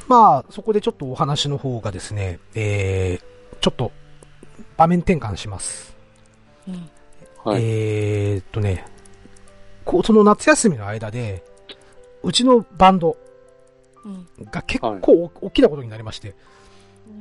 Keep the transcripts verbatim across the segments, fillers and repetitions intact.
まあ、そこでちょっとお話の方がですね、えー、ちょっと、場面転換します。 うん、はい、 えーっとね、こう、その夏休みの間で、うちのバンドが結構、はい、大きなことになりまして、うん、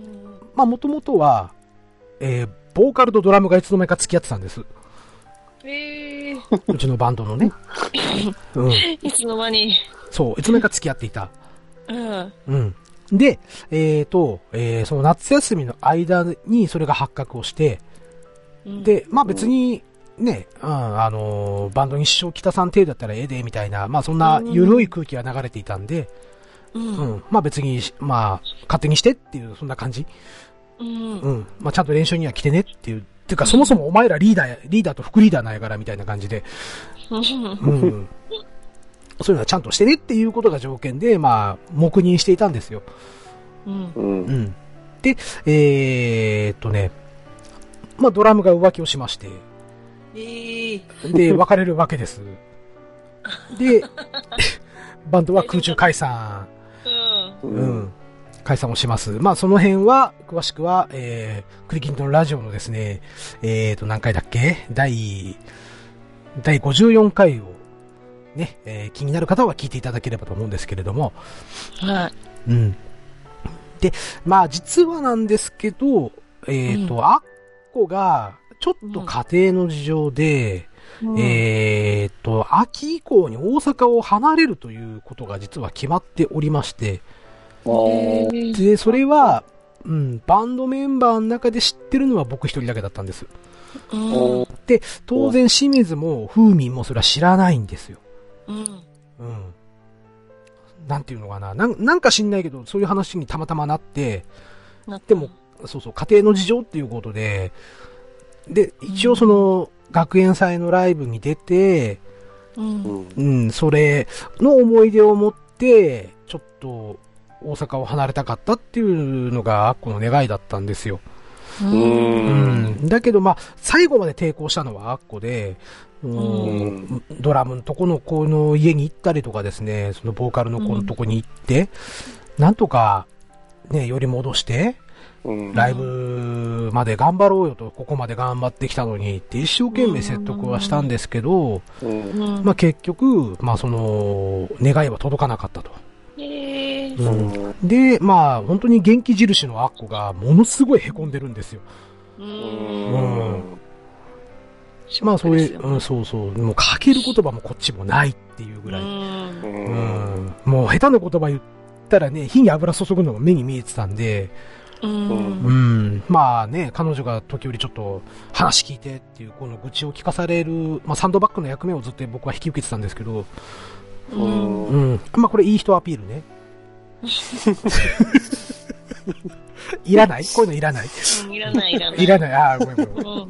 まあ、もともとは、えー、ボーカルとドラムがいつの間にか付き合ってたんです。 えー、 うちのバンドのね。 うん、いつの間に。 そう、いつの間にか付き合っていた。 うん。 うん。で、えーと、えー、その夏休みの間にそれが発覚をして、うん、で、まあ別に、ね、うん、あのー、バンドに支障北さん程度だったらええで、みたいな、まあそんな緩い空気が流れていたんで、うん、うん、まあ別に、まあ、勝手にしてっていう、そんな感じ。うん。うん。まあちゃんと練習には来てねっていう。てか、そもそもお前らリーダー、リーダーと副リーダーなんやから、みたいな感じで。うん。そういうのはちゃんとしてねっていうことが条件で、まあ、黙認していたんですよ。うん。うん。で、えー、っとね、まあドラムが浮気をしまして。えー、で、別れるわけです。で、バンドは空中解散。うん。うん。解散をします。まあその辺は、詳しくは、えー、クリキントンラジオのですね、えーと、何回だっけ第、第ごじゅうよんかいを、ね、えー、気になる方は聞いていただければと思うんですけれども。はい。うん。で、まあ実はなんですけど、えーと、うん、アッコが、ちょっと家庭の事情で、うん、えーと、秋以降に大阪を離れるということが実は決まっておりまして、で、それは、うん、バンドメンバーの中で知ってるのは僕一人だけだったんです。うん、で、当然清水も風味もそれは知らないんですよ。うん。うん。なんていうのかな。なん、なんか知んないけど、そういう話にたまたまなって、でも、そうそう、家庭の事情っていうことで、で、一応その、学園祭のライブに出て、うん、うん、それの思い出を持って、ちょっと、大阪を離れたかったっていうのがアッコの願いだったんですよ。うん。うん。だけどまあ、最後まで抵抗したのはアッコで、うん、ドラムのとこの子の家に行ったりとかですね、そのボーカルの子のとこに行って、うん、なんとか、ね、より戻して、うん、ライブまで頑張ろうよと、ここまで頑張ってきたのにって一生懸命説得はしたんですけど、うん、まあ結局、まあその、願いは届かなかったと。うん、で、まあ、本当に元気印のアッコがものすごい凹んでるんですよ。うん。うん、まあ、そういう、うん、そうそう。もうかける言葉もこっちもないっていうぐらい。うん。もう下手な言葉言ったらね、火に油注ぐのが目に見えてたんで、うん。うん。まあね、彼女が時折ちょっと話聞いてっていう、この愚痴を聞かされる、まあサンドバッグの役目をずっと僕は引き受けてたんですけど、うん。うん。まあこれいい人アピールね。いらないこういうのいらない、 うん、いらないいらない。 いらない。ああ、ごめんごめん。うん、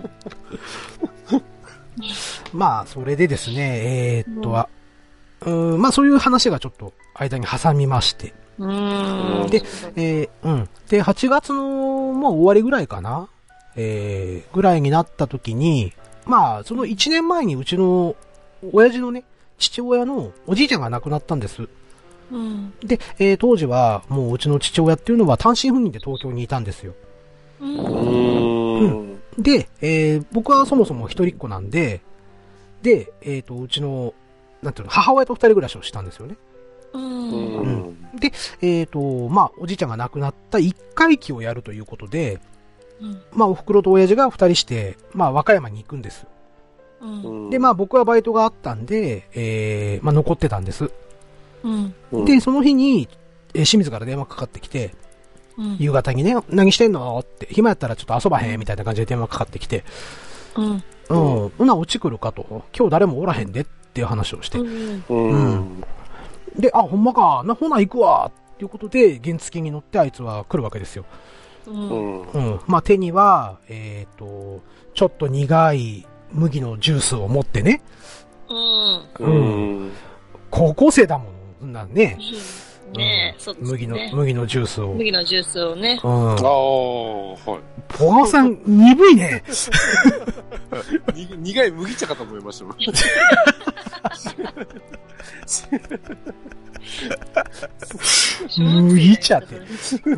まあ、それでですね、えー、っとは、うん、うんまあそういう話がちょっと間に挟みまして。うんで、えー、うん。で、はちがつのもう終わりぐらいかなえー、ぐらいになった時に、まあ、そのいちねんまえにうちの親父のね、父親のおじいちゃんが亡くなったんです。うん、で、えー、当時はもううちの父親っていうのは単身赴任で東京にいたんですよ。うん。うん、で、えー、僕はそもそも一人っ子なんで、で、えっと、うちの、なんていうの、母親と二人暮らしをしたんですよね。うん。うん、で、えっと、まあ、おじいちゃんが亡くなった一回忌をやるということで、うん、まあ、お袋と親父が二人して、まあ、和歌山に行くんです。うん、で、まあ、僕はバイトがあったんで、えー、まあ、残ってたんです。うん、で、その日に、えー、清水から電話かかってきて、うん、夕方にね、何してんのって、暇やったらちょっと遊ばへんみたいな感じで電話かかってきて、うん。うん。ほな、落ち来るかと。今日誰もおらへんでっていう話をして。うん。うん、で、あ、ほんまか。な、ほな行くわ。っていうことで、原付に乗ってあいつは来るわけですよ。うん。うん。まあ、手には、えっと、ちょっと苦い麦のジュースを持ってね。うん。うん。高校生だもん。なんね。 ねえ、そうですね。 麦の、麦のジュースを。 麦のジュースをね。 うん。ああ、はい。 ポガさん、鈍いね。 に苦い麦茶かと思いましたもん。 麦茶って。うん、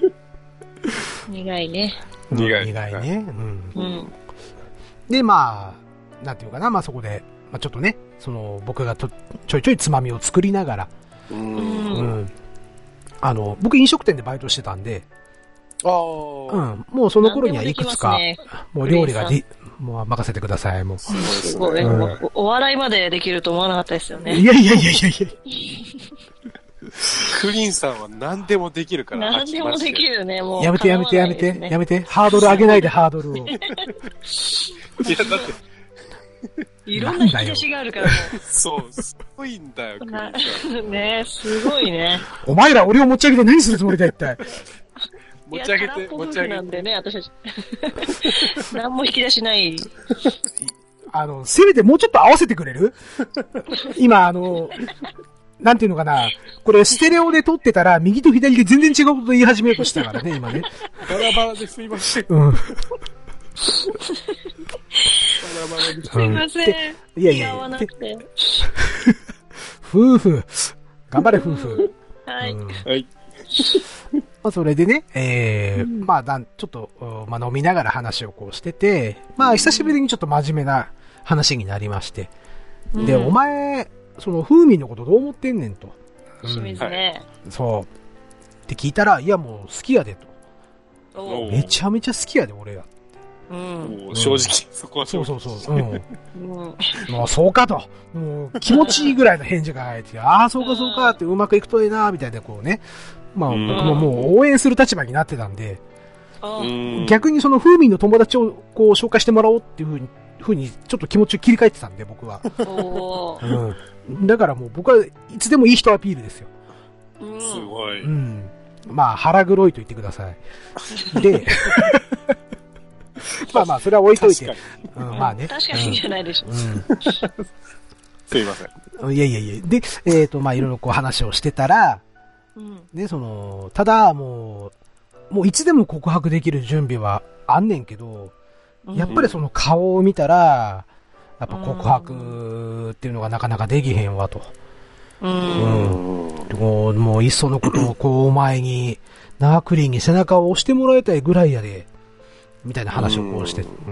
苦いね。 苦い。 苦いね。うん。 うん。 で、まあ、なんていうかな、まあそこで、まあちょっとね、その、僕がとちょいちょいつまみを作りながら、 うん。うん。あの、僕飲食店でバイトしてたんで、 ああ。 うん。もうその頃にはいくつか、ね、もう料理がで、もう任せてください、もう。 すごい、うんお。お笑いまでできると思わなかったですよね。 いやいやいやいやいや。 クリーンさんは何でもできるから。 何でもできるね、もう。 やめてやめてやめて、ね、やめて。ハードル上げないで、ハードルを。いや、だって。 いろんな引き出しがあるからもう。 そう、すごいんだよ、クリーンさん。 ねすごいね。 お前ら俺を持ち上げて何するつもりだ、一体。 持ち上げて、持ち上げて。 なんでね、私たち。何も引き出しない。 あの、せめてもうちょっと合わせてくれる今、あの、なんていうのかな。これ、ステレオで撮ってたら、右と左で全然違うこと言い始めようとしたからね、今ね。 バラバラですいません。 うん。バラバラです。すいません。 いやいや。夫婦。頑張れ、夫婦。 はい。 はい。 まあ、それでね、えー、うん、まあ、なん、ちょっと、まあ、飲みながら話をこうしてて、まあ、久しぶりにちょっと真面目な話になりまして。うん、で、お前、その、風味のことどう思ってんねんと。 清水ね、 うん。そう。って聞いたら、いや、もう好きやでと。めちゃめちゃ好きやで、俺や。 うん。 正直、そこは正直。そうそうそう。うん。うん、もう、そうかと。もう、気持ちいいぐらいの返事が入って、ああ、そうかそうかって、うまくいくといいな、みたいな、こうね。まあ、僕ももう応援する立場になってたんで、 うん、 逆にその風味の友達をこう紹介してもらおうっていうふうに、ふうにちょっと気持ちを切り替えてたんで、僕は。うん、だからもう僕はいつでもいい人アピールですよ。 すごい。 うん。まあ、腹黒いと言ってください。で、まあまあ、それは置いといて。うん、まあね。 確かにじゃないでしょ。うん、 すいません。 いやいやいや。で、えっと、まあいろいろこう話をしてたら、で、その、ただ、もう、もういつでも告白できる準備はあんねんけど、やっぱりその顔を見たら、やっぱ告白っていうのがなかなかできへんわと。 うん。 うん。もう、もういっそのことをこう、お前に、ナークリーに背中を押してもらいたいぐらいやで、みたいな話をこうして。うん。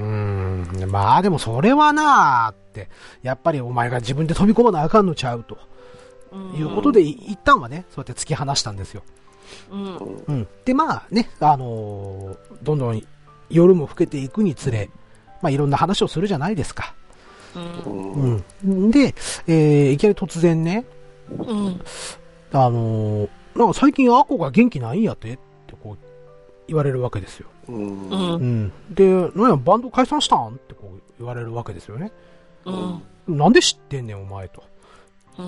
んまあでもそれはなーって、やっぱりお前が自分で飛び込まなあかんのちゃうと。いうことで、一旦はね、そうやって突き放したんですよ。 うん。 うん。で、まあね、あのー、どんどん夜も更けていくにつれ、まあいろんな話をするじゃないですか。 うん。 うん。で、えー、いきなり突然ね、 うん。 あのー、なんか最近アコが元気ないんやってってこう言われるわけですよ。 うん。 うん。で、なんや、バンド解散したんってこう言われるわけですよね。 うん。 なんで知ってんねん、お前と。 うん、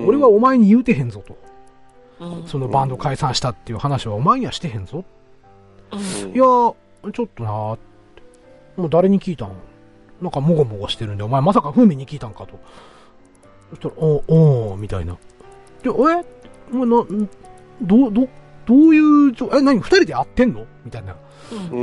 俺はお前に言うてへんぞと、 うん、 そのバンド解散したっていう話はお前にはしてへんぞ、 うん、 いやちょっとなーって、もう誰に聞いたん、なんかもごもごしてるんで、お前まさか風味に聞いたんかと。そしたらおおみたいな。で、えお前などどどういうえ何二人で会ってんのみたいな。 うん、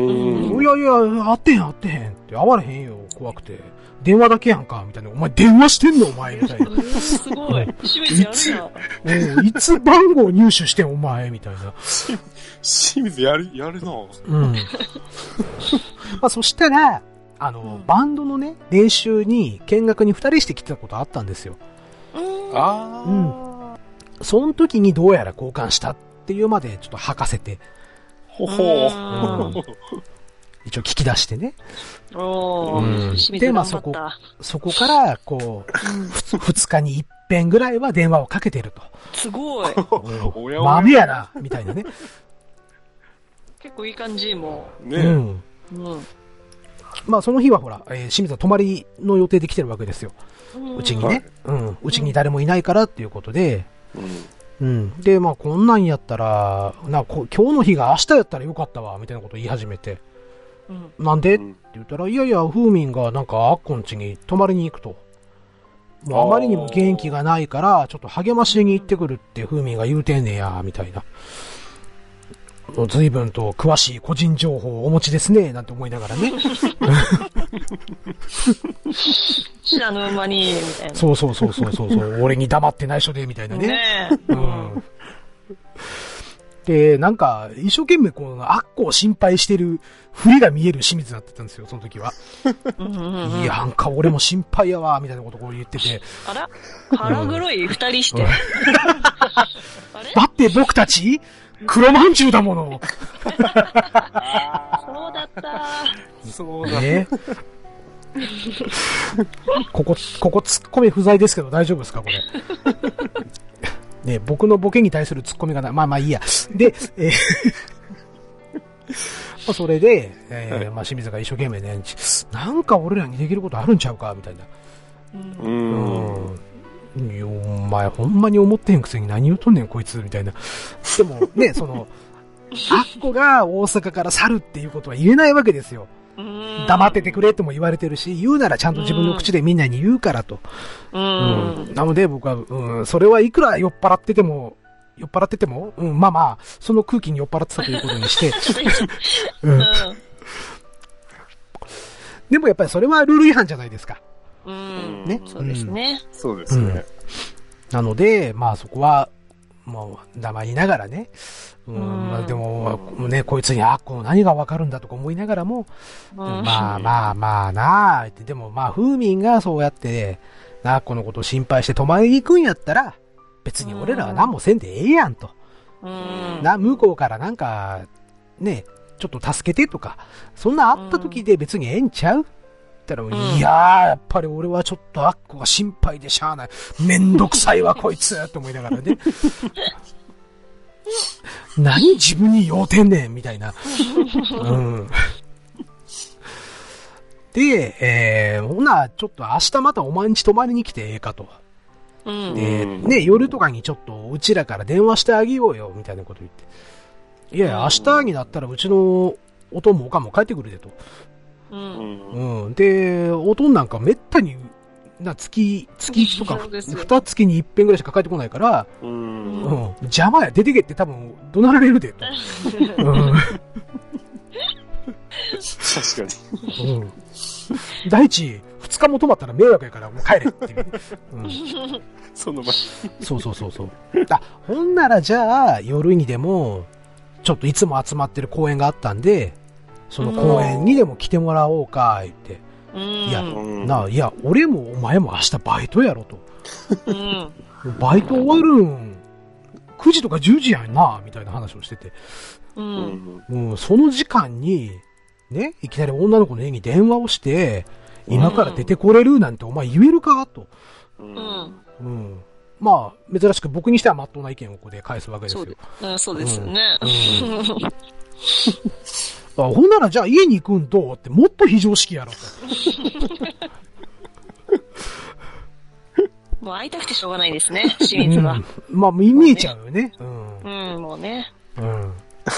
いやいや会ってへん会ってへんって会われへんよ怖くて。電話だけやんかみたいな。お前電話してんのお前みたいな。 すごい。清水やるな。いつ番号入手してんお前みたいな。 清水やる、やるな。 うん。まあそしたら、あの、うん、バンドのね、練習に見学に二人して来てたことあったんですよ。 ああ。 うん。その時にどうやら交換したっていうまでちょっと吐かせて。 ほほう。 一応聞き出してね。 おー、うん、 で、まあそこ、そこから、こう、二日に一遍ぐらいは電話をかけてると。 すごい。 豆やな、みたいなね。 結構いい感じ、もう。ねうん。うん。 まあその日はほら、えー、清水は泊まりの予定で来てるわけですよ。うちにね。うん。うちに誰もいないからっていうことで。うん。うん。で、まあこんなんやったら、なこ今日の日が明日やったらよかったわ、みたいなこと言い始めて。 うん、 なんでって言ったら、いやいや、風民がなんかあっこんちに泊まりに行くと。もうあまりにも元気がないから、ちょっと励ましに行ってくるって風民が言うてんねや、みたいな。随分と詳しい個人情報をお持ちですね、なんて思いながらね。 知らぬ間に、みたいな。 そうそうそうそうそうそう、俺に黙って内緒で、みたいなね。 ねえ。うん。で、なんか、一生懸命この、アッコを心配してる振りが見える清水だったんですよ、その時は。いや、なんか俺も心配やわ、みたいなことを言ってて。 あら腹黒い二人して。うん、 あれだって僕たち、黒まんじゅうだもの。 そうだった。 そうだね。ここ、ここツッコミ不在ですけど大丈夫ですかこれ。ね、僕のボケに対するツッコミがない。まあまあいいや。で、えーまあそれで、えー、まあ清水が一生懸命ね、なんか俺らにできることあるんちゃうかみたいな。 うん。 うんいやお前ほんまに思ってへんくせに何言うとんねんこいつみたいな。でもね、その、アッコが大阪から去るっていうことは言えないわけですよ。黙っててくれとも言われてるし、言うならちゃんと自分の口でみんなに言うからと。うん、うん、なので僕は、うん、それはいくら酔っ払ってても、酔っ払ってても、うん、まあまあ、その空気に酔っ払ってたということにして。うん、でもやっぱりそれはルール違反じゃないですか。 うん、ね、そうですね。 うん、そうですね、うん。 なので、まあそこは、もう黙りながらね、うん、まあでも、ね、こいつにあっこの何がわかるんだとか思いながらも、まあまあまあなあって、でもまあ風民がそうやって、あっこのことを心配して泊まりに行くんやったら、別に俺らは何もせんでええやんと。な、向こうからなんか、ね、ちょっと助けてとか、そんなあった時で別にええんちゃうったら、うん、いやー、やっぱり俺はちょっとアッコが心配でしゃあない。めんどくさいわ、こいつと思いながらね。何自分に酔うてんねんみたいな。うん。で、えー、ほな、ちょっと明日またお前んち泊まりに来てええかと。うん、で、ね、夜とかにちょっとうちらから電話してあげようよ、みたいなこと言って。いやいや、明日になったらうちのおとんもおかんも帰ってくるでと。うん。うん。で、おとんなんかめったに、な、月、月いちとか、二月に一遍ぐらいしか帰ってこないから、うん。うん。邪魔や、出てけって多分、怒鳴られるで、と。うん。確かに。 うん。第一、二日も泊まったら迷惑やから、もう帰れっていう。うん。 その場そうそうそうそう。あ、ほんならじゃあ、夜にでも、ちょっといつも集まってる公園があったんで、その公園にでも来てもらおうか、言って。いや、なあ、いや、俺もお前も明日バイトやろと。うん、バイト終わるん、くじとかじゅうじやんな、みたいな話をしてて。うん。うん、その時間に、ね、いきなり女の子の家に電話をして、今から出てこれるなんてお前言えるかと。うん。うん。まあ、珍しく僕にしては真っ当な意見をここで返すわけですよ。 そう、そうですよね。うんうんほんならじゃあ家に行くんどうってもっと非常識やろと。 もう会いたくてしょうがないですね、清水は。 うん、まあ見えちゃうよね。うん、 うん、もうね。うん。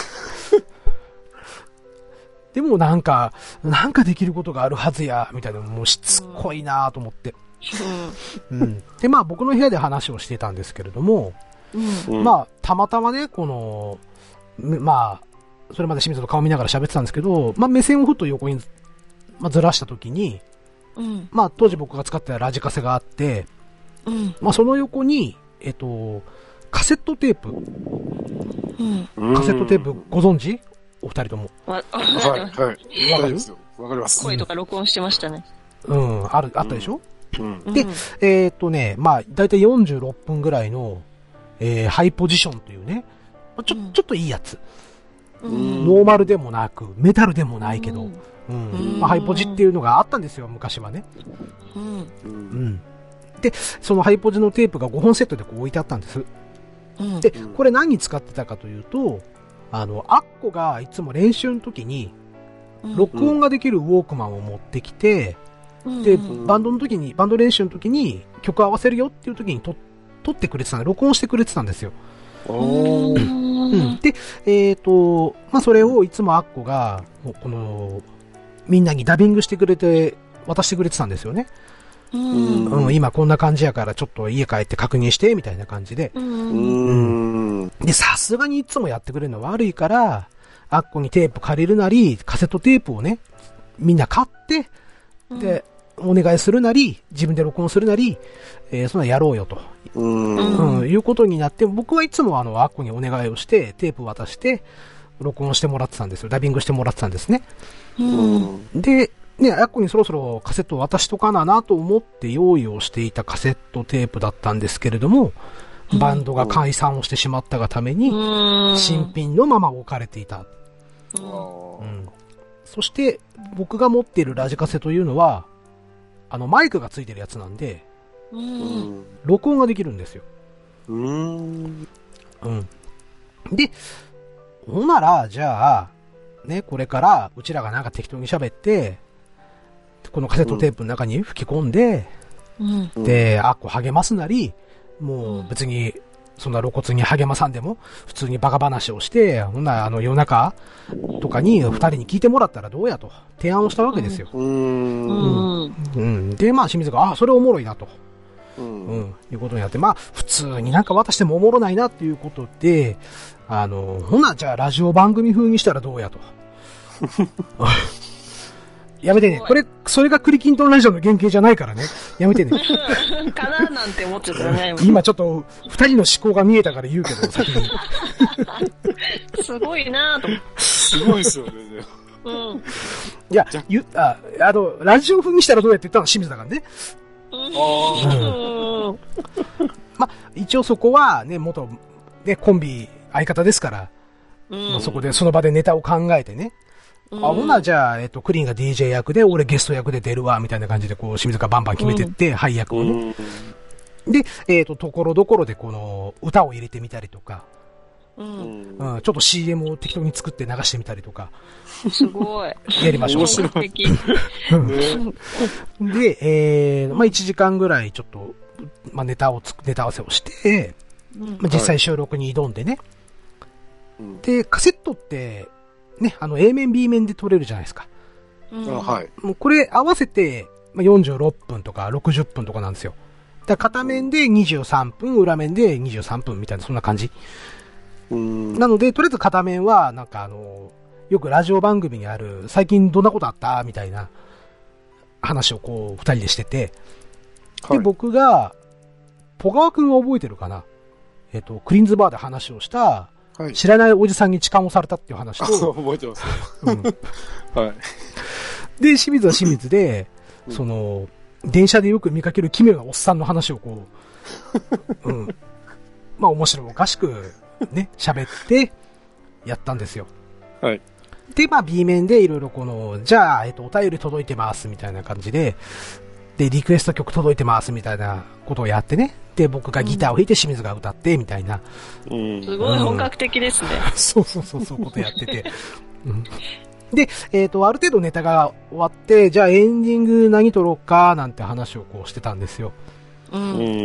でもなんか、なんかできることがあるはずや、みたいな、もうしつこいなと思って。うん。うん。で、まあ僕の部屋で話をしてたんですけれども、うん、まあたまたまね、この、まあ、それまで清水と顔見ながら喋ってたんですけど、まあ、目線をふっと横に、まあ、ずらしたときに、うん、まあ、当時僕が使ってたラジカセがあって、うん、まあ、その横に、えっと、カセットテープ、うん、カセットテープご存知？お二人とも。 はい、はい。わかります。わかります。 声とか録音してましたね。 うん、ある、あったでしょ？うん、で、えー、っとね、まあ、だいたいよんじゅうろっぷんぐらいの、えー、ハイポジションというね、ちょ、ちょっといいやつ。ノーマルでもなく、メタルでもないけど、うんうんまあ、ハイポジっていうのがあったんですよ、昔はね。うんうん、で、そのハイポジのテープがごほんセットでこう置いてあったんです。うん、で、これ何に使ってたかというと、あの、アッコがいつも練習の時に、録音ができるウォークマンを持ってきて、うん、で、バンドの時に、バンド練習の時に曲合わせるよっていう時にと撮ってくれてたんで、録音してくれてたんですよ。おーうん、で、えっと、まあ、それをいつもアッコが、この、みんなにダビングしてくれて、渡してくれてたんですよね。うん、うん、今こんな感じやからちょっと家帰って確認して、みたいな感じで。うん、で、さすがにいつもやってくれるの悪いから、アッコにテープ借りるなり、カセットテープをね、みんな買って、 で、お願いするなり、自分で録音するなり、えー、そんなやろうよと。うん。うん、いうことになって、僕はいつもあの、アッコにお願いをして、テープ渡して、録音してもらってたんですよ。ダビングしてもらってたんですね。うん。で、ね、アッコにそろそろカセットを渡しとかななと思って用意をしていたカセットテープだったんですけれども、バンドが解散をしてしまったがために、新品のまま置かれていた。うん。そして、僕が持っているラジカセというのは、あの、マイクがついてるやつなんで、うん、録音ができるんですよ。うーん。うん。で、ほんなら、じゃあ、ね、これから、うちらがなんか適当に喋って、このカセットテープの中に吹き込んで、うん、で、あっこ励ますなり、もう別に、そんな露骨に励まさんでも、普通にバカ話をして、ほんならあの夜中とかに二人に聞いてもらったらどうやと提案をしたわけですよ。うん。うん。うん。で、まあ清水が、あ、それおもろいなと。うん。うん。いうことになって、まあ普通になんか渡してもおもろないなっていうことで、あの、ほな、じゃあラジオ番組風にしたらどうやと。やめてね。これ、それがクリキントンラジオの原型じゃないからね。やめてね。 かななんて思っちゃったね。 今ちょっと、二人の思考が見えたから言うけど、先に。 すごいなぁと思って。 すごいですよね。うん。 いや、ゆ、あ、あの、ラジオ風にしたらどうやって言ったのは清水だからね。ああ。ま、一応そこはね、元、ね、コンビ相方ですから、うん、まあ、そこで、その場でネタを考えてね。あ、ほな、じゃあ、えっと、クリーンが ディージェー 役で、俺ゲスト役で出るわ、みたいな感じで、こう、清水がバンバン決めてって、配役をね。で、えっと、ところどころで、この、歌を入れてみたりとか、うん、うん、ちょっと シーエム を適当に作って流してみたりとか。 すごい。 やりましょう。面白い。で、えー、まあ、いちじかんぐらい、ちょっと、まあ、ネタをつ、ネタ合わせをして、まあ、実際収録に挑んでね。はい、で、カセットって、ね、あの A 面 B 面で撮れるじゃないですか。うん、はい。もうこれ合わせてよんじゅうろっぷんとかろくじゅっぷんとかなんですよ。だから片面でにじゅうさんぷん、裏面でにじゅうさんぷんみたいなそんな感じ。うん。なので、とりあえず片面はなんかあの、よくラジオ番組にある最近どんなことあったみたいな話をこう二人でしてて。はい、で、僕が、ポガワ君が覚えてるかなえっと、クリーンズバーで話をした、はい、知らないおじさんに痴漢をされたっていう話と。 覚えてます、うん。はい。 で、清水は清水で、うん、その、電車でよく見かける奇妙なおっさんの話をこう、うん。まあ面白おかしく、ね、喋って、やったんですよ。はい。で、まあ B 面でいろいろこの、じゃあ、えっと、お便り届いてます、みたいな感じで、で、リクエスト曲届いてます、みたいなことをやってね。で、僕がギターを弾いて清水が歌って、みたいな。 うん、すごい本格的ですね。 そうそうそう、そういうことやってて。うん、で、えっと、ある程度ネタが終わって、じゃあエンディング何撮ろうか、なんて話をこうしてたんですよ。うん、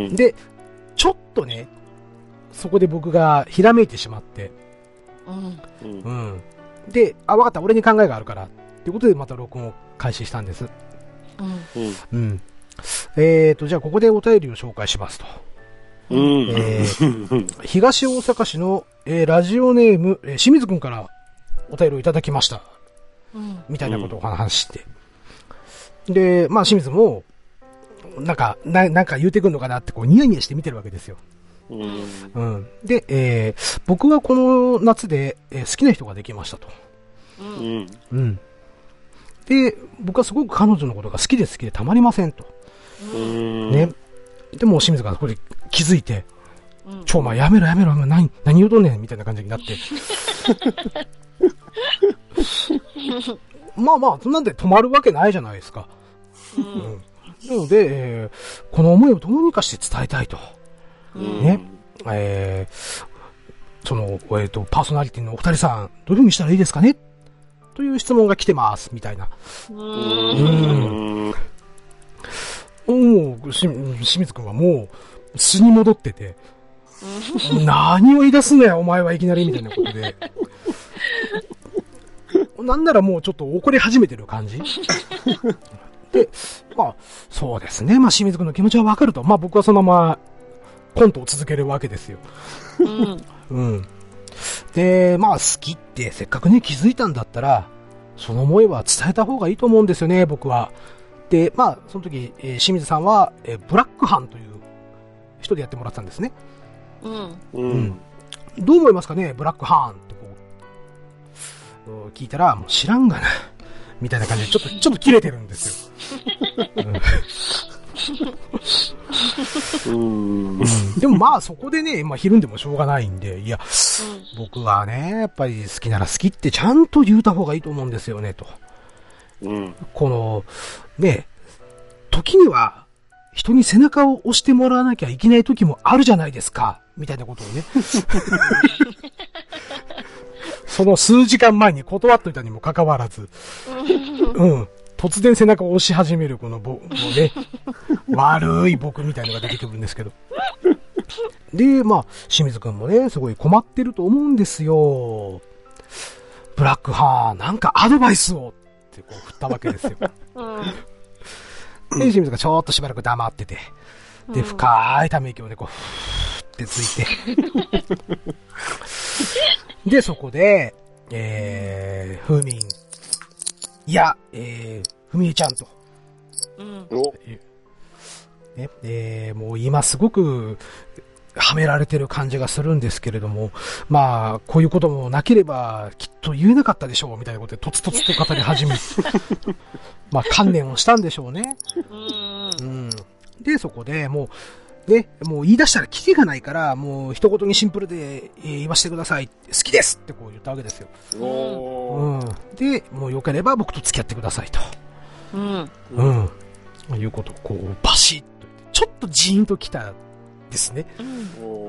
で、ちょっとね、そこで僕がひらめいてしまって。うん。うん。で、あ、わかった、俺に考えがあるから。っていうことでまた録音を開始したんです。うん。うん。えーと、じゃあここでお便りを紹介しますと。うん。えー、東大阪市の、えー、ラジオネーム、えー、清水くんからお便りをいただきました。うん。みたいなことを話して。うん、で、まあ清水も、なんか、な、なんか言うてくんのかなってこうニヤニヤして見てるわけですよ。うん。うん。で、えー、僕はこの夏で、えー、好きな人ができましたと。うん。うん。で、僕はすごく彼女のことが好きで好きでたまりませんと。ね。でも清水がそこで気づいて、うん、ちょ、お前やめろやめろ、何、何言うとんねんみたいな感じになって。まあまあ、そんなんで止まるわけないじゃないですか。うんうん、なので、えー、この思いをどうにかして伝えたいと。うん、ね。えー、その、えーと、パーソナリティのお二人さん、どういう風にしたらいいですかねという質問が来てます、みたいな。うーん。もう、し、清水くんはもう、素に戻ってて、何を言い出すんだよ、お前はいきなり、みたいなことで。なんならもうちょっと怒り始めてる感じで、まあ、そうですね。まあ、清水くんの気持ちはわかると。まあ、僕はそのまま、コントを続けるわけですよ。うん。うん。で、まあ、好きってせっかくね、気づいたんだったら、その思いは伝えた方がいいと思うんですよね、僕は。 で、まあ、その時、えー、清水さんは、えー、ブラックハンという人でやってもらってたんですね。 うん。 うん。どう思いますかね、ブラックハンってこう、聞いたら、もう知らんがな、みたいな感じで、ちょっと、ちょっと切れてるんですよ。うん、でもまあそこでね、まあひるんでもしょうがないんで、いや、うん、僕はね、やっぱり好きなら好きってちゃんと言うた方がいいと思うんですよね、と。うん、この、ね、時には人に背中を押してもらわなきゃいけない時もあるじゃないですか、みたいなことをね。その数時間前に断っといたにもかかわらず、うん。突然背中を押し始めるこの僕もね、悪い僕みたいなのが出てくるんですけど。で、まあ、清水くんもね、すごい困ってると思うんですよ。ブラックハー、なんかアドバイスをってこう振ったわけですよ。うん、で、清水がちょっとしばらく黙ってて、で、深いため息をね、こう、ふーってついて。で、そこで、えー、ふみん、いや、えー、ふみえちゃんと。うん。ね、えー、もう今すごく、はめられてる感じがするんですけれども、まあ、こういうこともなければ、きっと言えなかったでしょう、みたいなことで、とつとつと語り始め、まあ、観念をしたんでしょうね。うん。うん。で、そこでもう、ね、もう言い出したらキリがないから、もう一言にシンプルで、えー、言わせてください。好きですってこう言ったわけですよ。おー。うん。で、もうよければ僕と付き合ってくださいと。うん。うん。いうことをこう、バシッと。ちょっとジーンときたですね。うん。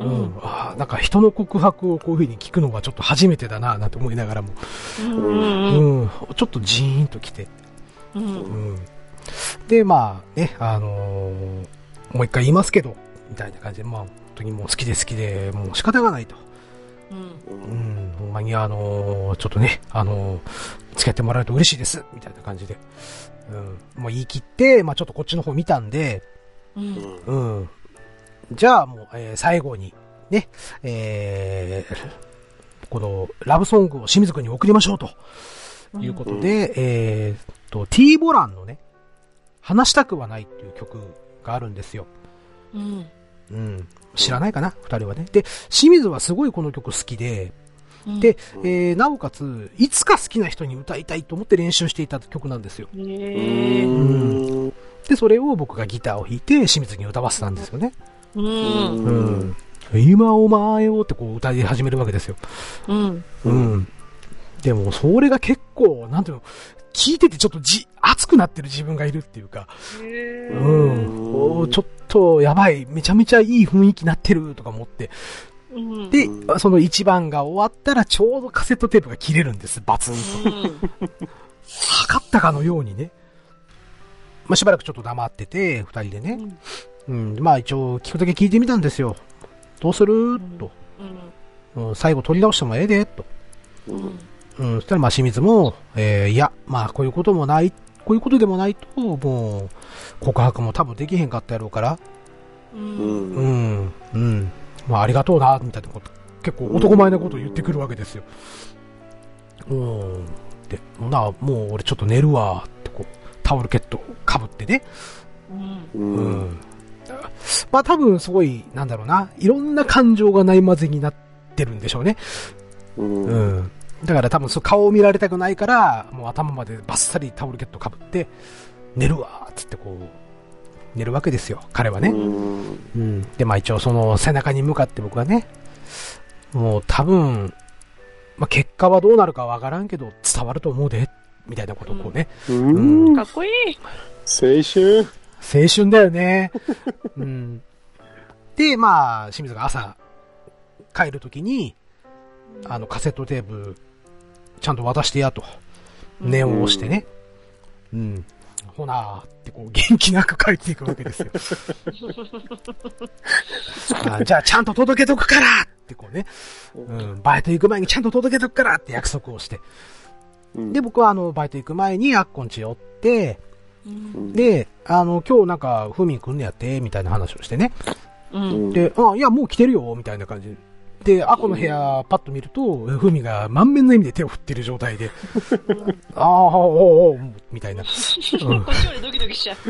うん。ああ、なんか人の告白をこういう風に聞くのがちょっと初めてだな、なんて思いながらも。うん。うん。ちょっとジーンときて。うん。うん。で、まあね、あのー、もう一回言いますけど、みたいな感じで、まあ、本当にもう好きで好きで、もう仕方がないと。うん。うん。ほんまにあのー、ちょっとね、あのー、付き合ってもらえると嬉しいです、みたいな感じで。うん。もう言い切って、まあちょっとこっちの方見たんで、うん。うん。じゃあもう、えー、最後に、ね、えー、この、ラブソングを清水くんに送りましょうと。いうことで、うん、えーと、T ボランのね、話したくはないっていう曲があるんですよ。うん。うん。知らないかな二人はね。で、清水はすごいこの曲好きで、うん、で、えー、なおかつ、いつか好きな人に歌いたいと思って練習していた曲なんですよ。へー。うん。で、それを僕がギターを弾いて清水に歌わせたんですよね。うん。うん。今お前をってこう歌い始めるわけですよ。うん。うん。でも、それが結構、なんていうの、聞いててちょっとじ、熱くなってる自分がいるっていうか、へー。うん。ちょっと、やばい、めちゃめちゃいい雰囲気になってるとか思って、うん、で、その一番が終わったらちょうどカセットテープが切れるんです、バツンと。うん、測ったかのようにね。まあ、しばらくちょっと黙ってて、二人でね。うん。うん、まあ一応、聞くだけ聞いてみたんですよ。どうする、うん、と、うん。最後取り直してもええで、と。うんうん、そしたらまあ清水も、えー、いや、まあこういうこともない、こういうことでもないと、もう、告白も多分できへんかったやろうから、うん、うん、うん、まあありがとうな、みたいなこと、結構男前なことを言ってくるわけですよ。うん、で、な、もう俺ちょっと寝るわ、ってこう、タオルケット被ってね。うん。うん。まあ多分すごい、なんだろうな、いろんな感情がないまぜになってるんでしょうね。うん。うんだから多分そう顔を見られたくないから、もう頭までバッサリタオルケット被って、寝るわーっつってこう、寝るわけですよ、彼はね。うんうん。で、まあ一応その背中に向かって僕はね、もう多分、まあ結果はどうなるかわからんけど、伝わると思うで、みたいなことをこうね。 うん。うん、かっこいい。 青春。 青春だよね。うん。で、まあ、清水が朝、帰るときに、あのカセットテープ、ちゃんと渡してやと。念を押してね。うん。うん、ほなーってこう元気なく帰っていくわけですよ。あじゃあちゃんと届けとくからってこうね。うん。バイト行く前にちゃんと届けとくからって約束をして。うん、で、僕はあの、バイト行く前にあっこんち寄って、うん、で、あの、今日なんか、ふみん来んねやって、みたいな話をしてね。うん、で、あ、いや、もう来てるよ、みたいな感じで。 で、アコの部屋パッと見ると、フミが満面の笑みで手を振ってる状態で、ああ、おおおみたいな。うん、 こっちまでドキドキしちゃう。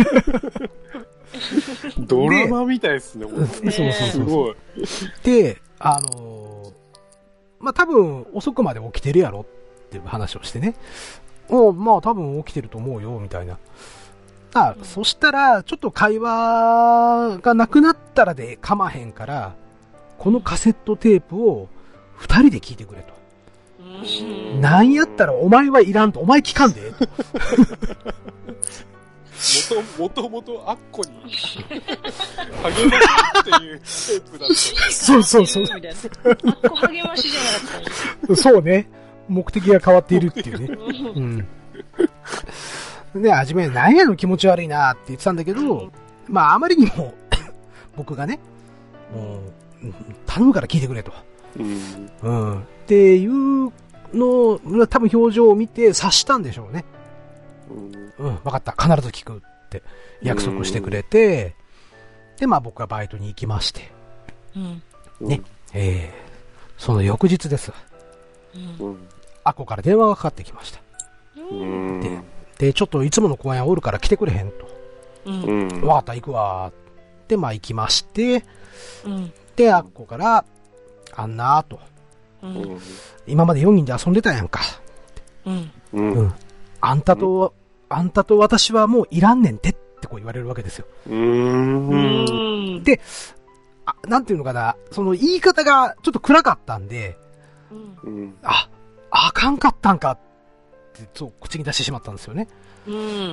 ドラマみたいですね、もう。 そうそうそう。 すごい。 で、あのー、まあ、多分遅くまで起きてるやろっていう話をしてね。おまあ多分起きてると思うよ、みたいな。あ、うん、そしたら、ちょっと会話がなくなったらでかまへんから、このカセットテープを二人で聞いてくれと。なんやったらお前はいらんと、お前聞かんで。 もともとアッコに励ましっていうテープだった。 そうそうそう。 アッコ励ましじゃなかった。 そうね。目的が変わっているっていうね。うん。で、はじめ、なんやの気持ち悪いなって言ってたんだけど、まあ、あまりにも、僕がね、もう、頼むから聞いてくれと。うん。うん。っていうの、多分表情を見て察したんでしょうね。うん、わかった。必ず聞くって約束してくれて、で、まあ僕はバイトに行きまして、うん、ね、えー、その翌日です。うん、アコから電話がかかってきました。うん、で, で、ちょっといつもの公園おるから来てくれへんと。うん、わかった、行くわ。で、まあ行きまして、うん、で、アコから、あんなーと、うん。今までよにんで遊んでたやんか。うんうん、あんたと、うん、あんたと私はもういらんねんてってこう言われるわけですよ。うーんで、あ、なんていうのかな、その言い方がちょっと暗かったんで、うん、あ、あかんかったんかって、そう、口に出してしまったんですよね。うん、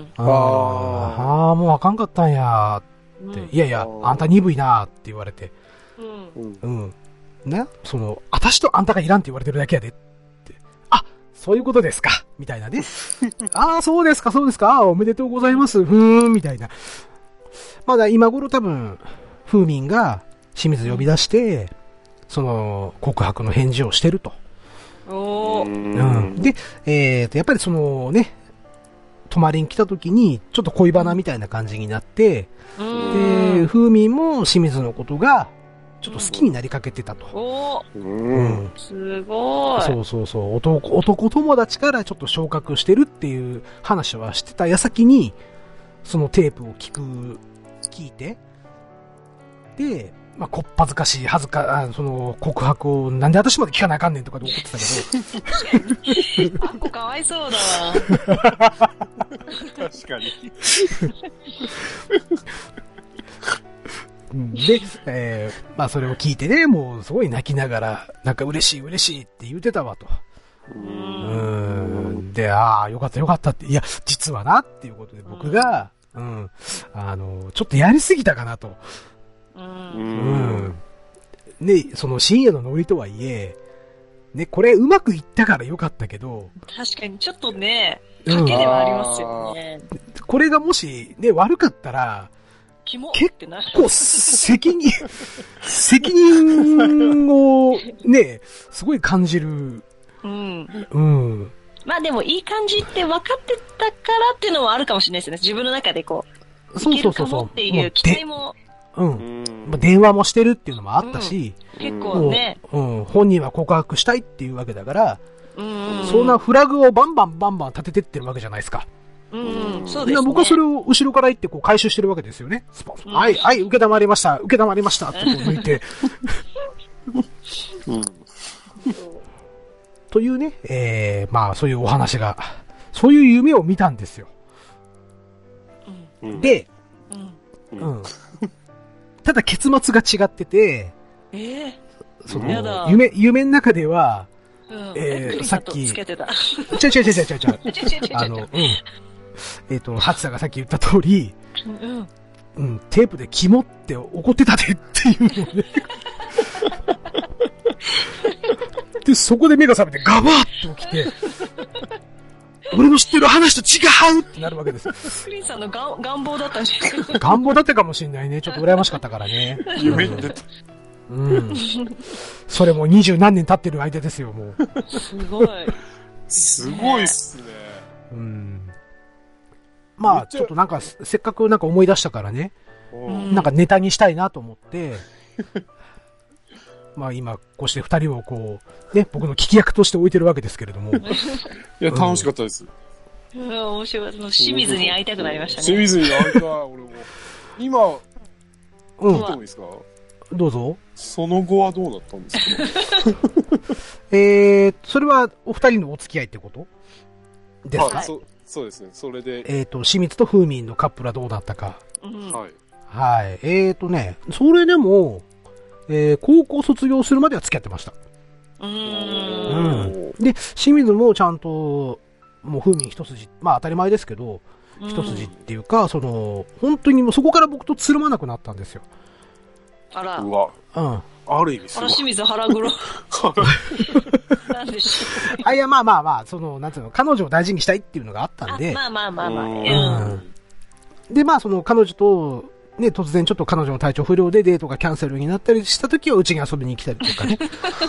ああ、もうあかんかったんやって、うん、いやいや、あんた鈍いなって言われて、うん、うん、ね、その、私とあんたがいらんって言われてるだけやでって、あ、そういうことですかみたいなね。ああ、そうですか、そうですか、おめでとうございます、ふーん、みたいな。まだ今頃多分、フーミンが清水呼び出して、その、告白の返事をしてると。おー。うん。で、えーと、やっぱりそのね、泊まりに来た時に、ちょっと恋バナみたいな感じになって、で、フーミンも清水のことが、ちょっと好きになりかけてたと。おー。うん。 すごい。 そうそうそう。男、男友達からちょっと昇格してるっていう話はしてた矢先に、そのテープを聞く、聞いて、で、まあ、こっぱずかしい、恥ずか、あその、告白を、なんで私まで聞かなあかんねんとかで怒ってたけど。あっこかわいそうだわ。 確かに。 で、えー、まあそれを聞いてね、もうすごい泣きながら、なんか嬉しい嬉しいって言うてたわと。うーん。で、ああ、よかったよかったって、いや、実はなっていうことで僕が、うん、あの、ちょっとやりすぎたかなと。うん。ね、その深夜のノリとはいえ、ね、これうまくいったからよかったけど。 確かにちょっとね、賭けではありますよね。 うん、これがもし、ね、悪かったら、結構責任、責任をね、すごい感じる。うん。うん。 まあでもいい感じって分かってたからっていうのはあるかもしれないですね。自分の中でこう、そうそうそうそう。っていう期待も。 うん。まあ、電話もしてるっていうのもあったし、 うん、結構ね、 うん。本人は告白したいっていうわけだから、うん。そんなフラグをバンバンバンバン立ててってるわけじゃないですか。 うん、そうですね。 僕はそれを後ろから行ってこう回収してるわけですよね。スポン、うん、はい、はい、受けたまりました、受けたまりましたってこう抜いて。うん、というね、えー、まあそういうお話が、そういう夢を見たんですよ。うん、で、うんうん、ただ結末が違ってて、えー、その夢、夢の中では、うん、えー、さっき、ちゃちゃちゃちゃちゃちゃ、あの、うん。えっ、ー、と、ハチさんがさっき言った通り、うん、うん、テープでキモって怒ってたでっていうのね。で、そこで目が覚めてガバーッと起きて、俺の知ってる話と違うってなるわけですよ。 クリンさんのが願望だったんじゃないですか。 願望だったかもしれないね。ちょっと羨ましかったからね。 夢に出た。 うん。それも二十何年経ってる間ですよ、もう。 すごい。 すごいっすね。 うん。まあ、ちょっとなんか、せっかくなんか思い出したからね、なんかネタにしたいなと思って、 まあ今、こうして二人をこう、ね、僕の聞き役として置いてるわけですけれども。 いや、楽しかったです。 うん、面白い。清水に会いたくなりましたね。 清水に会いたい、俺も。今、聞いてもいいですか？ どうぞ。 その後はどうなったんですか？ えー、それはお二人のお付き合いってことですか？ はい、そ、そうですね。それで。 えっと、清水と風民のカップルはどうだったか。 うん、 はい。 はい。えーとね、それでも、えー、高校卒業するまでは付き合ってました。 うーん。で、清水もちゃんと、もう風民一筋、まあ当たり前ですけど、一筋っていうか、その、本当にもうそこから僕とつるまなくなったんですよ。 あら。 うわ。 うん。 ある意味すごい。あら、清水腹黒。なんでしょう。 あ、いや、まあまあまあ、その、なんていうの、彼女を大事にしたいっていうのがあったんで。 まあまあまあまあ。 うん。で、まあその彼女と、ね、突然ちょっと彼女の体調不良でデートがキャンセルになったりした時はうちに遊びに来たりとかね。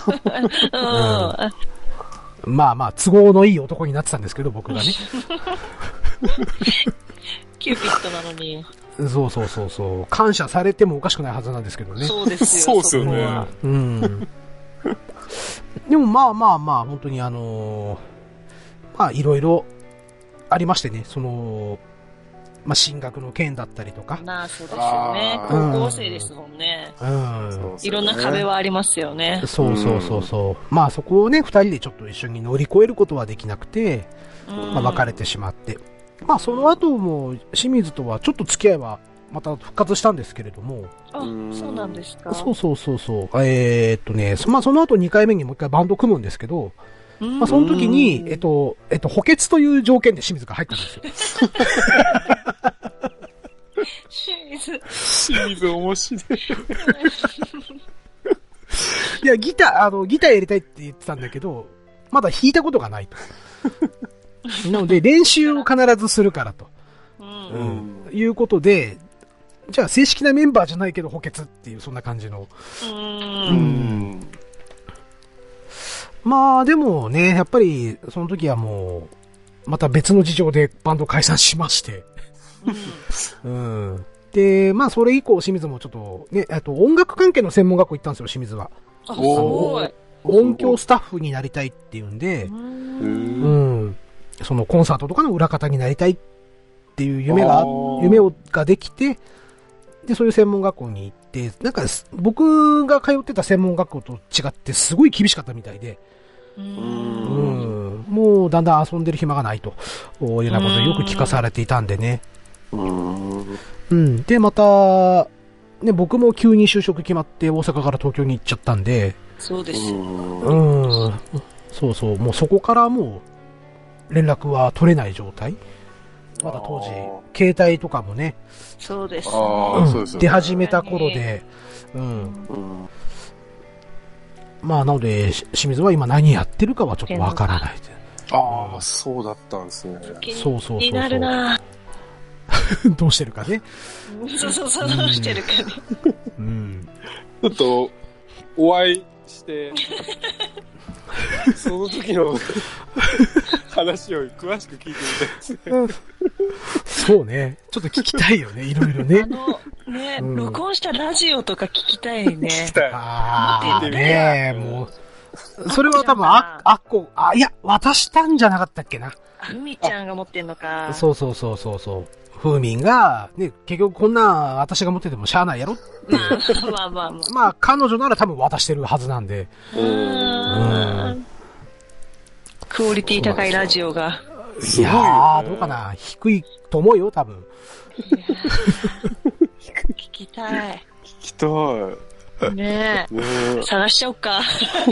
うん、まあまあ、都合のいい男になってたんですけど、僕がね。 キューピッドなのに。 そうそうそうそう。感謝されてもおかしくないはずなんですけどね。 そうですよ。 そうですよね。 うん。でもまあまあまあ、本当にあのー、まあいろいろありましてね、その、まあ進学の件だったりとか。 まあそうですよね。高校生ですもんね。うん。いろんな壁はありますよね。 そうそうそうそう。まあそこをね、二人でちょっと一緒に乗り越えることはできなくて、まあ別れてしまって。まあその後も清水とはちょっと付き合いはまた復活したんですけれども。 あ、そうなんですか。 そうそうそうそう。えー、っとね、まあその後にかいめにもう一回バンド組むんですけど、まあその時に、えっと、えっと、補欠という条件で清水が入ったんですよ。 清水。 清水面白い。 いや、ギター、あの、ギターやりたいって言ってたんだけど、まだ弾いたことがないと。なので、練習を必ずするからと。うん。いうことで、じゃあ正式なメンバーじゃないけど補欠っていう、そんな感じの。うん。まあ、でもね、やっぱり、その時はもう、また別の事情でバンド解散しまして。うん。うん。で、まあ、それ以降、清水もちょっと、ね、あと音楽関係の専門学校行ったんですよ、清水は。 あ、すごい。 音響スタッフになりたいっていうんで、うん。そのコンサートとかの裏方になりたいっていう夢が、夢をができて、で、そういう専門学校に行って、なんか、僕が通ってた専門学校と違ってすごい厳しかったみたいで、うん。もうだんだん遊んでる暇がないというようなことをよく聞かされていたんでね。うん。で、また、ね、僕も急に就職決まって大阪から東京に行っちゃったんで。 そうですよ。 うん。そうそう。もうそこからもう連絡は取れない状態。まだ当時、携帯とかもね。 そうです、ね。 うん、そうですよね。出始めた頃で、うん。うんまあ、なので、清水は今何やってるかはちょっとわからない。 ああ、そうだったんですね。 そうそうそう。 気になるなどうしてるかね。 そうそうそう、どうしてるかね。 うん。ちょっと、お会いして、その時の話を詳しく聞いてみたいですね。 そうね。ちょっと聞きたいよね、いろいろね。 あの、ね、うん、録音したラジオとか聞きたいね。 聞きたい。 ああ、ねえ、もう。それは多分、あ、あっこ、あ、いや、渡したんじゃなかったっけな。 ふみちゃんが持ってんのか。 そうそうそうそうそう。ふうみんが、ね、結局こんな私が持っててもしゃあないやろって。 まあまあまあまあ。 まあ、彼女なら多分渡してるはずなんで。 うーん。クオリティ高いラジオが。 いやー、どうかな。低いと思うよ、多分。 聞きたい。 聞きたい。ねえ。ねえ探しちゃおうか。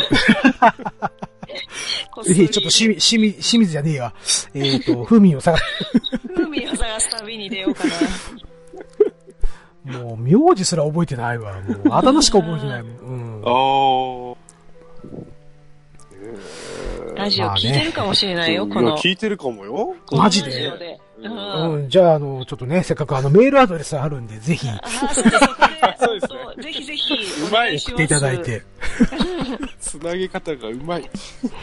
え、ちょっとしみ、しみ、清水じゃねえわ。えっと、ふみを探す。 ふみを探す旅に出ようかな。もう、名字すら覚えてないわ。もう、あだ名しか覚えてないもん。うん。 ああ。 ラジオ聞いてるかもしれないよ、この。 聞いてるかもよ。 マジでうん、じゃあ、あの、ちょっとね、せっかくあの、メールアドレスあるんで、ぜひ。 あ、そうです、そうですね。ぜひぜひ、 うまい。 送っていただいて。 つなげ方がうまい。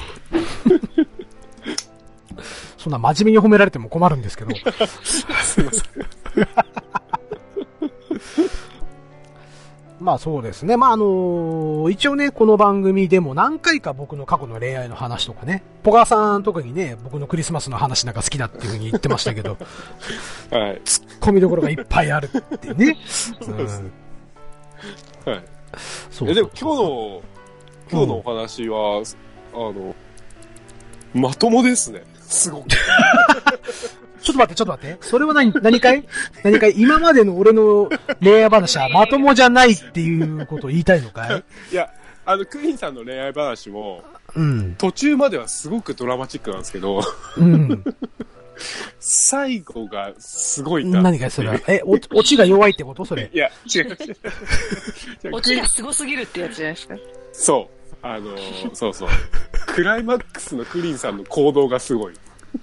そんな真面目に褒められても困るんですけど。すいません。 まあそうですね。まああのー、一応ね、この番組でも何回か僕の過去の恋愛の話とかね、ポガさん特にね、僕のクリスマスの話なんか好きだっていう風に言ってましたけど、 はい。 ツッコミどころがいっぱいあるってね。 そうです。うん、はい。 そうそうそう。 え、でも今日の、今日のお話は、うん、あの、まともですね。すごく。 ちょっと待って、ちょっと待って。それは何、何かい何かい今までの俺の恋愛話はまともじゃないっていうことを言いたいのかい？ いや、あの、クリーンさんの恋愛話も、 うん。 途中まではすごくドラマチックなんですけど、 うん。 最後がすごいな。 何かいそれは。え、お、オチが弱いってことそれ。 いや、違う。 オチがすごすぎるってやつじゃないですか。 そう。あのー、そうそう。クライマックスのクリーンさんの行動がすごい。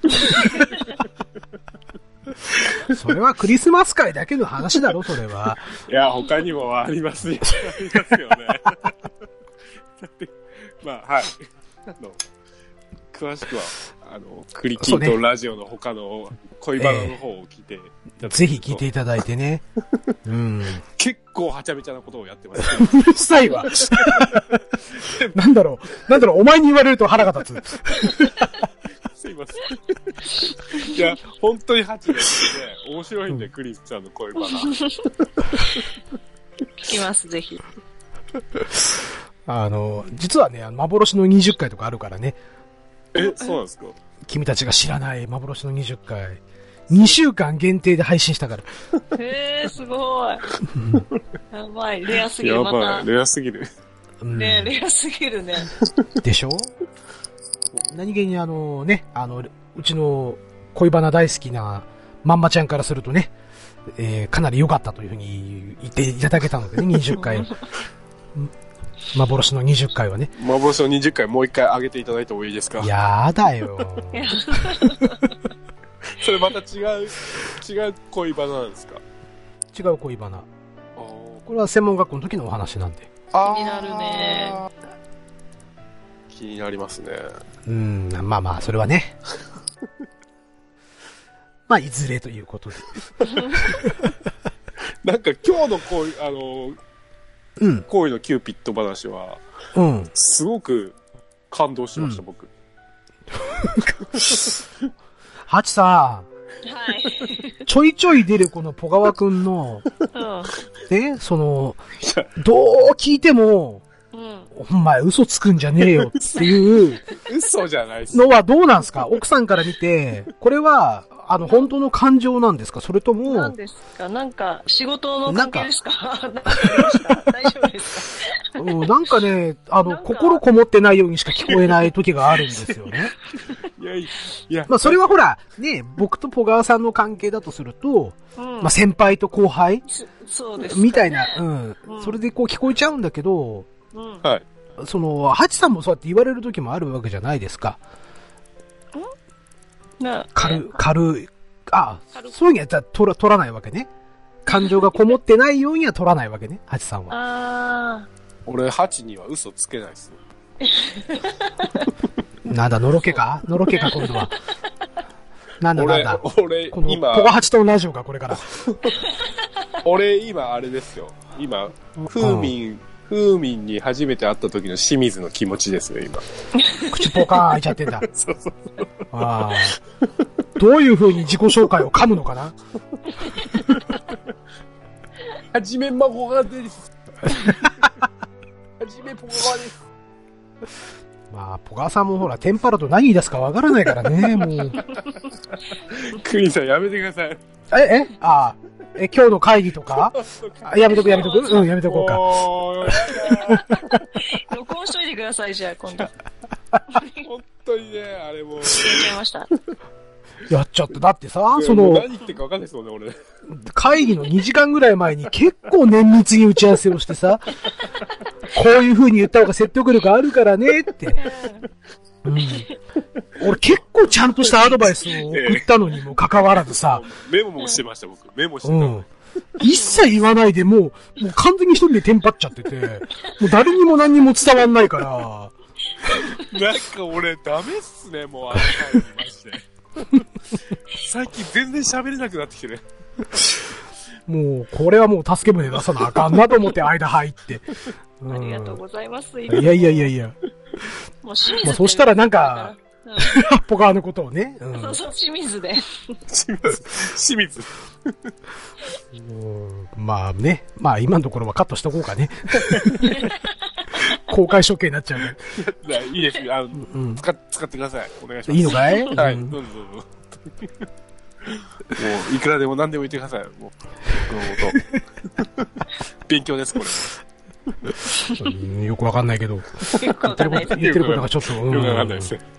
それはクリスマス会だけの話だろ、それは。 いや、他にもありますよ。ありますよね。だって、まあ、はい。あの、詳しくは、あの、クリキンとラジオの他の恋バナの方を聞いて、 えー、ぜひ聞いていただいてね。うん。 結構はちゃめちゃなことをやってます。 うるさいわ。なんだろう、なんだろう、お前に言われると腹が立つ。 すいません。いや、本当にハチですね。面白いんで、うん、クリスちゃんの恋バナ。聞きます、ぜひ。 あの、実はね、幻のにじゅっかいとかあるからね。 え、そうなんですか？ 君たちが知らない幻のにじゅっかい。にしゅうかん限定で配信したから。 へー、すごい。やばい、レアすぎる。 やばい、レアすぎる。 ね、レアすぎるね。 でしょ？何気にあのね、あの、うちの恋バナ大好きなまんまちゃんからするとね、えー、かなり良かったというふうに言っていただけたのでね、にじゅっかい。幻のにじゅっかいはね。 幻のにじゅっかいもう一回上げていただいてもいいですか？ やだよ。 それまた違う、違う恋バナなんですか？ 違う恋バナ。これは専門学校の時のお話なんで。 気になるね。 気になりますね。 うん、まあまあ、それはね。まあ、いずれということで。 なんか今日の恋、あの、うん、恋のキューピッド話は、うん、すごく感動しました、うん、僕。 ハチさん。 はい。 ちょいちょい出るこのポガワくんの、うん、ね、その、どう聞いても、うん、お前嘘つくんじゃねえよっていう嘘じゃないのはどうなんですか？奥さんから見て、これは、あの、本当の感情なんですか？それとも、 何ですか？なんか、仕事の関係ですか？なんか大丈夫ですか？ うん、なんかね、あの、心こもってないようにしか聞こえない時があるんですよね。 いやいや。 まあ、それはほら、ね、僕とポガワさんの関係だとすると、うん、まあ、先輩と後輩そうです、ね。 みたいな、うん、うん。それでこう聞こえちゃうんだけど、 うん、はい。 その、ハチさんもそうやって言われる時もあるわけじゃないですか。 んな軽、軽い。あ、そういうにやったら取ら、取らないわけね。感情がこもってないようには取らないわけね、ハチさんは。 ああ。 俺、ハチには嘘つけないっすね。 なんだ、のろけかのろけか、今度は。なんだなんだ。 俺、俺この今、ポガハチとのラジオか、これから。 俺、今、あれですよ。今、フーミン、フーミンに初めて会った時の清水の気持ちですね、今。 口ポカーン開いちゃってんだ。 そうそうそう。 ああ。どういう風に自己紹介を噛むのかな？ はじめまごがです。はじめポガワです。 まあ、ポガワさんもほら、テンパると何言い出すかわからないからね、もう。 クリンさんやめてください。 え、えああ。え、今日の会議とかやめとくやめとくうん、やめとこうか。 録音しといてください、じゃあ、今度。 本当にね、あれもう。やっちゃいました。 やっちゃった。だってさ、その、 何言ってるか分かんないですもんね、俺。 会議のにじかんぐらい前に結構綿密に打ち合わせをしてさ、こういう風に言った方が説得力あるからねって。うん、俺結構ちゃんとしたアドバイスを送ったのにもかかわらずさ、 メモもしてました、僕。メモしてた。 うん。一切言わないでもう、もう完全に一人でテンパっちゃってて、もう誰にも何にも伝わんないから。 なんか俺ダメっすね、もうあの回にまして。最近全然喋れなくなってきてね。 もう、これはもう助け舟出さなあかんなと思って間入って。 うん、ありがとうございます。 いやいやいやいや。 もう清水、 まあ、そしたらなんか、うん、八歩川のことをね。 うん、そうそう、清水で。 清水。清水。 まあね。まあ今のところはカットしとこうかね。公開処刑になっちゃうから。 いいですよ。あの、うん、使, 使ってください。お願いします。 いいのかい？ はい、どうぞどうぞ。もう、いくらでも何でも言ってください。もう、僕のこと。勉強です、これ。 よくわかんないけど。 よくわかんないです。 言ってることがちょっと。 よくわかんないですね。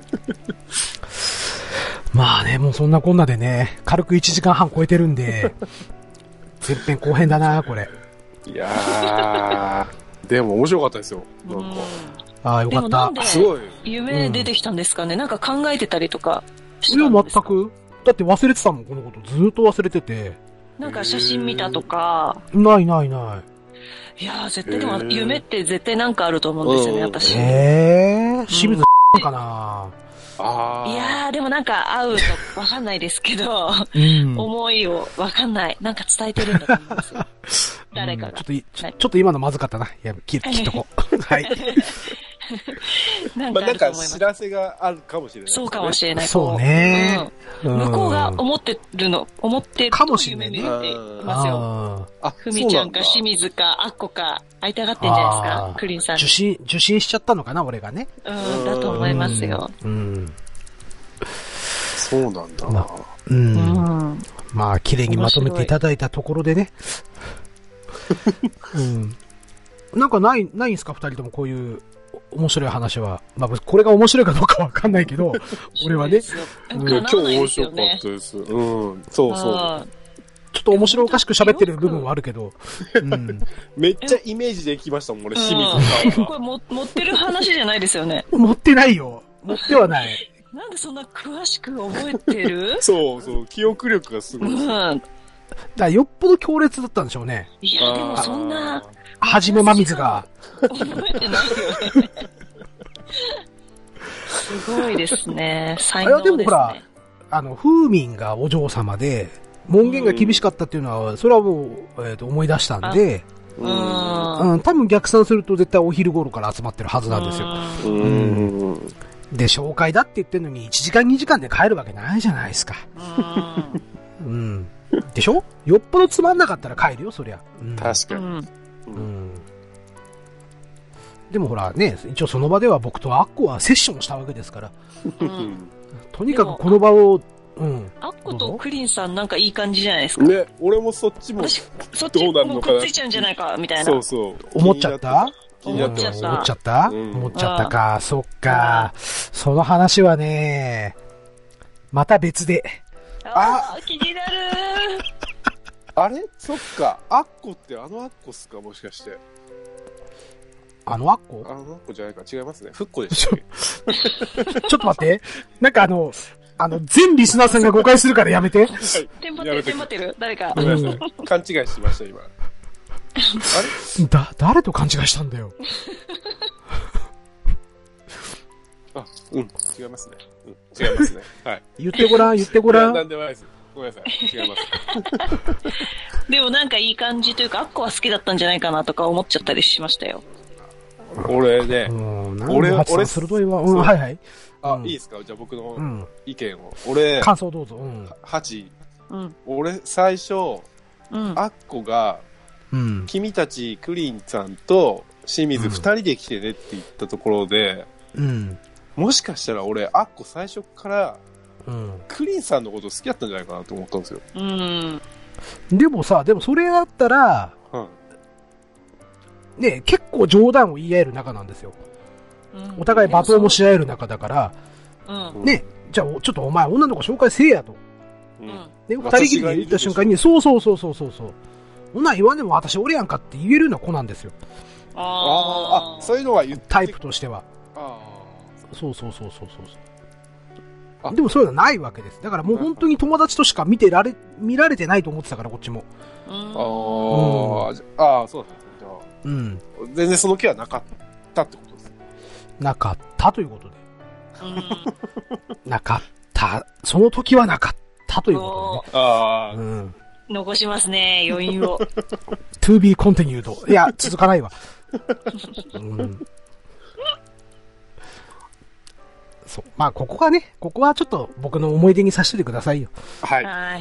まあね、もうそんなこんなでね、軽くいちじかんはん超えてるんで、前編後編だな、これ。 いやー、でも面白かったですよ。なんか。 ああ、よかった。 すごい。夢出てきたんですかね、うん、なんか考えてたりとかしたんですか？ いや、全く。だって忘れてたもん、このこと。ずーっと忘れてて。 なんか写真見たとか。 ないないない。 いやー、絶対でも夢って絶対なんかあると思うんですよね、私。 えー、清水かな。 あいやー、でもなんか会うとわかんないですけど、うん、思いをわかんない。なんか伝えてるんだと思いますよ。誰かが、 うん、ちょっとい、ちょ、ちょっと今のまずかったな。いや、切っとこう。はい。 なんか、まあ、なんか知らせがあるかもしれない、ね。 そうかもしれない。 そうね、 うん。向こうが思ってるの、思ってるかもしれない、 ね。夢見てますよ。あ、ふみちゃんか清水かあっこか会いたがってんじゃないですか、クリンさん。 受信、受信しちゃったのかな、俺がね。 うん、だと思いますよ。 うん。うんそうなんだ。 まあ、うん。うん、まあ、綺麗にまとめていただいたところでね。うん。なんかない、ないんすか二人ともこういう面白い話は。まあ、これが面白いかどうかわかんないけど、俺はね。 うん、今日面白かったです。うん。そうそう。 ちょっと面白おかしく喋ってる部分はあるけど。うん、 めっちゃイメージできましたもん、俺、清水さんは。 これも持ってる話じゃないですよね。 持ってないよ。持ってはない。 なんでそんな詳しく覚えてる？ そうそう、記憶力がすごい。うん。 だからよっぽど強烈だったんでしょうね。 いや、でもそんな。 はじめまみずが。 覚えてないよね。すごいですね。才能ですね。 あれはでもほら、あの、風民がお嬢様で、門限が厳しかったっていうのは、それはもう、えーと、思い出したんで、うん、うん、多分逆算すると絶対お昼頃から集まってるはずなんですよ。うん。で、紹介だって言ってるのにいちじかんにじかんで帰るわけないじゃないですか。うん。うん。でしょ？よっぽどつまんなかったら帰るよ、そりゃ。 うん、確かに。うん。 でもほらね、一応その場では僕とアッコはセッションしたわけですから。うん、とにかくこの場を、うん。 アッコとクリンさんなんかいい感じじゃないですか。 ね、俺もそっちもそっちもくっついちゃうんじゃないか、みたいな。 そうそう。 思っちゃった思っちゃった。 思っちゃった、うん、思っちゃったか。そっか。その話はね、また別で。 あ、気になる。 あれそっか。アッコってあのアッコっすかもしかして。 あのアッコあのアッコじゃないか。違いますね。フッコでしたっけちょっと待って。なんかあの、あの、全リスナーさんが誤解するからやめて。はい。 テンパってる、テンパってる。誰か。 ごめんなさい。勘違いしました、今。あれだ、誰と勘違いしたんだよ。 あ、うん、違いますね。うん、違いますね。はい。 言ってごらん、言ってごらん。 なんでもないです。ごめんなさい。違います。 でもなんかいい感じというか、アッコは好きだったんじゃないかなとか思っちゃったりしましたよ。 俺ね、 俺、俺、鋭いわ。うん、はいはい。 あ、いいですかじゃあ僕の意見を。俺、 感想どうぞ。うん。 はち。うん。俺、最初、うん、アッコが、うん、君たちクリンさんと清水二人で来てねって言ったところで、うん、もしかしたら俺アッコ最初から、うん、クリンさんのこと好きだったんじゃないかなと思ったんですよ。うん、 でもさ、でもそれだったら、うん、ね、結構冗談を言い合える仲なんですよ。うん、お互い罵倒もし合える仲だから、うん、ね、じゃあちょっとお前女の子紹介せえやと。うん、で、二人きりで言った瞬間に、そうそうそうそうそうそう。そんなん言わんでも私俺やんかって言えるような子なんですよ。 ああ、そういうのは言ってタイプとしては。ああ。そうそうそうそうそう。でもそういうのはないわけです。だからもう本当に友達としか見てられ、見られてないと思ってたから、こっちも。 ああ、うん、ああ、そうだ。じゃあ、うん。全然その気はなかったってことです。 なかったということで。うん、なかった。その時はなかったということでね。ああ。うん。 残しますね、余韻を。 to be continued。いや、続かないわ。うん、そう。まあ、ここがね、ここはちょっと僕の思い出にさせてくださいよ。 はい。 はい。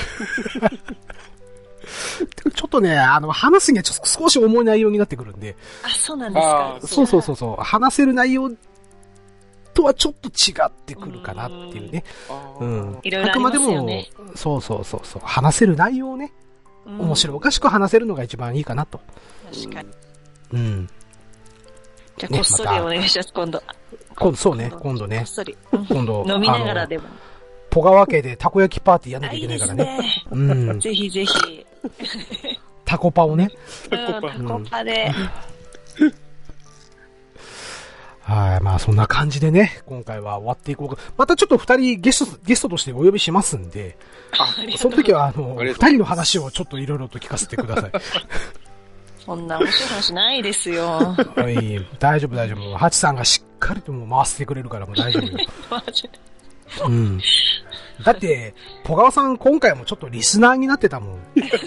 ちょっとね、あの、話すにはちょっと少し重い内容になってくるんで。 あ、そうなんですか。 そうそうそうそう。話せる内容とはちょっと違ってくるかなっていうね。うん。 いろいろありますよね。 あくまでも、そうそうそうそう。話せる内容をね、面白おかしく話せるのが一番いいかなと。 確かに。 うん。 じゃあ、こっそりお願いします、今度。 今度、そうね、今度ね。 こっそり。 今度。 飲みながらでも。 ポガワ家でたこ焼きパーティーやんなきゃいけないからね。 いいですね。 うん。 ぜひぜひ。 タコパをね。 タコパ。タコパで。 はい。まあ、そんな感じでね、今回は終わっていこうか。またちょっと二人ゲスト、ゲストとしてお呼びしますんで、あその時は、あの、二人の話をちょっといろいろと聞かせてください。 そんな面白い話ないですよ。 はい。大丈夫、大丈夫。ハチさんがしっかりともう回してくれるからもう大丈夫よ。うん。だって、ポガワさん今回もちょっとリスナーになってたもん。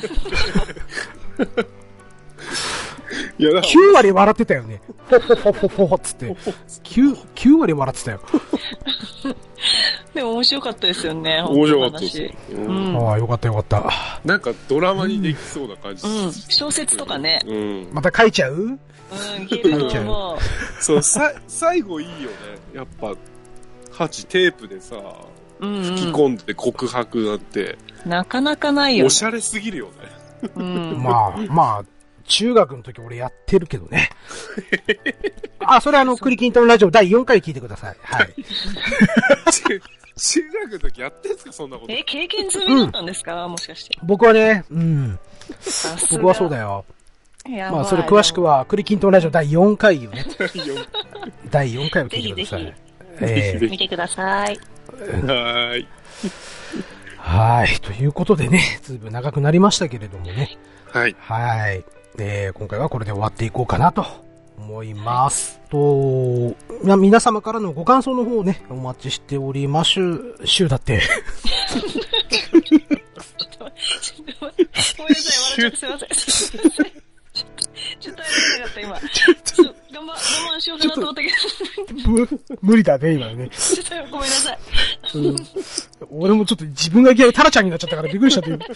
いやきゅうわり笑ってたよね。ほほほほほほっつって。9、きゅうわり笑ってたよ。 でも面白かったですよね。 面白かったです。 うん、ああ、よかったよかった。 なんかドラマにできそうな感じ、 うんうん、小説とかね。 うん、 また書いちゃう？うん、 書いちゃう。 そう、さ、最後いいよね。やっぱ、ハチテープでさ、 うんうん、 吹き込んで告白なんて。 なかなかないよ、ね。 おしゃれすぎるよね。 うん、 まあ、まあ、中学の時俺やってるけどね。あ、それあの、クリキントンラジオだいよんかい聞いてください。はい。 中, 中学の時やってんすかそんなこと。 え、経験済みだったんですか、うん、もしかして。 僕はね、うん。僕はそうだよ。まあ、それ詳しくは、クリキントンラジオだいよんかいをね。だいよんかいを聞いてください。ぜひぜひ、えー、見てください。 はい。 はい。ということでね、ずいぶん長くなりましたけれどもね。 はい。 はい。えー、今回はこれで終わっていこうかなと思います。と、皆様からのご感想の方をね、お待ちしております。週だって。 ちょっと待って、ごめんなさい、笑っちゃってすいません。ちょっとやれなかった今。ちょっと我慢、我慢しようかなと思ったけど。 無理だね、今ね。 ちょっとごめんなさい。 うん、俺もちょっと自分がいきなりタラちゃんになっちゃったからびっくりしちゃって。ク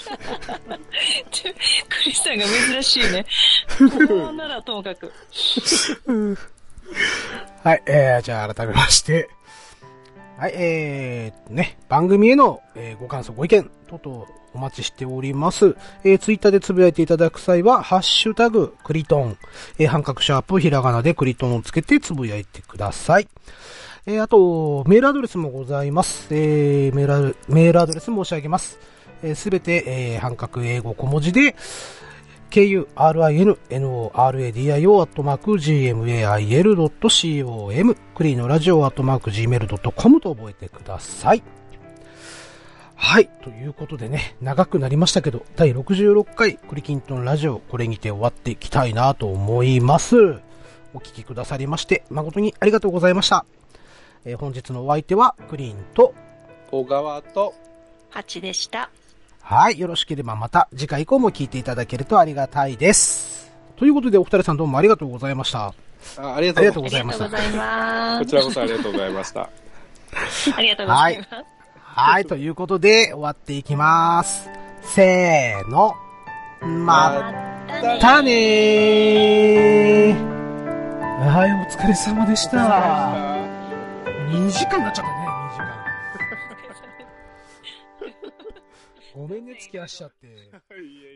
リスさんが珍しいね。こうならともかく。 はい、えー、じゃあ改めまして。はい、えー、ね、番組への、えー、ご感想、ご意見、等々お待ちしております。えー、ツイッターでつぶやいていただく際は、ハッシュタグ、クリトン、えー、半角シャープ、ひらがなでクリトンをつけてつぶやいてください。えー、あと、メールアドレスもございます。えー、メール、メールアドレス申し上げます。す、えー、べ、て、えー、半角英語小文字で、ケーユーアールアイエヌノーアールエーディーアイオー アットマーク ジーエムエーアイエルドットコム クリーのラジオアットマーク ジーメールドットコム と覚えてください。はい。ということでね、長くなりましたけど、だいろくじゅうろっかいクリキントンラジオ、これにて終わっていきたいなと思います。お聞きくださりまして、誠にありがとうございました。えー、本日のお相手は、クリーンと、 小川と、 ハチでした。 はい。よろしければまた次回以降も聞いていただけるとありがたいです。ということで、お二人さんどうもありがとうございました。 あ、ありがとうございました。ありがとうございます。 こちらこそありがとうございました。 ありがとうございます。はい。 はい。ということで、終わっていきます。せーの。またねー。はい。お疲れ様でした。にじかんになっちゃったね、にじかん。ごめんね、付き合わしちゃって。